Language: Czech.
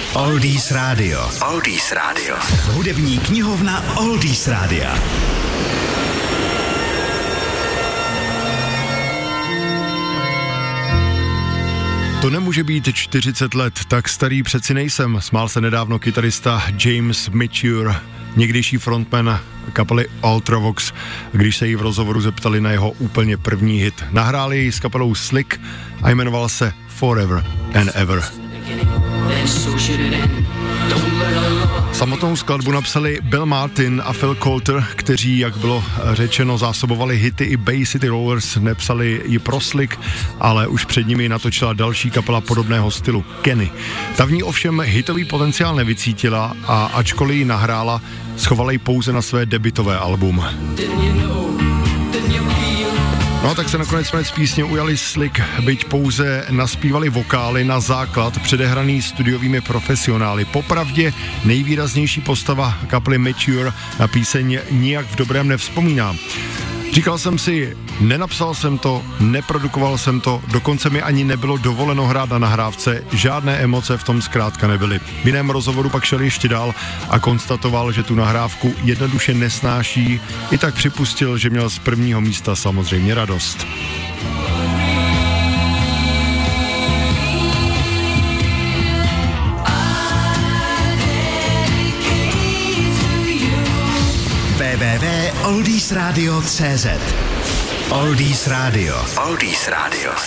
Oldies Radio. Oldies Radio. Hudební knihovna Oldies Rádia. To nemůže být 40 let, tak starý přeci nejsem, smál se nedávno kytarista James Mature, někdejší frontman kapely Ultravox, když se jí v rozhovoru zeptali na jeho úplně první hit. Nahráli jej s kapelou Slick a jmenoval se Forever and Ever. Samotnou skladbu napsali Bill Martin a Phil Coulter, kteří, jak bylo řečeno, zásobovali hity i Bay City Rollers, nepsali ji pro Slick, ale už před nimi natočila další kapela podobného stylu, Kenny. Ta v ní ovšem hitový potenciál nevycítila a ačkoliv ji nahrála, schovala ji pouze na své debutové album. No tak se nakonec písně ujali Slick, byť pouze naspívali vokály na základ předehraný studiovými profesionály. Popravdě nejvýraznější postava kapely Mature na píseň nijak v dobrém nevzpomínám. Říkal jsem si, nenapsal jsem to, neprodukoval jsem to, dokonce mi ani nebylo dovoleno hrát na nahrávce, žádné emoce v tom zkrátka nebyly. V jiném rozhovoru pak šel ještě dál a konstatoval, že tu nahrávku jednoduše nesnáší, i tak připustil, že měl z prvního místa samozřejmě radost. www.oldiesradio.cz Oldies Radio. Oldies Radio.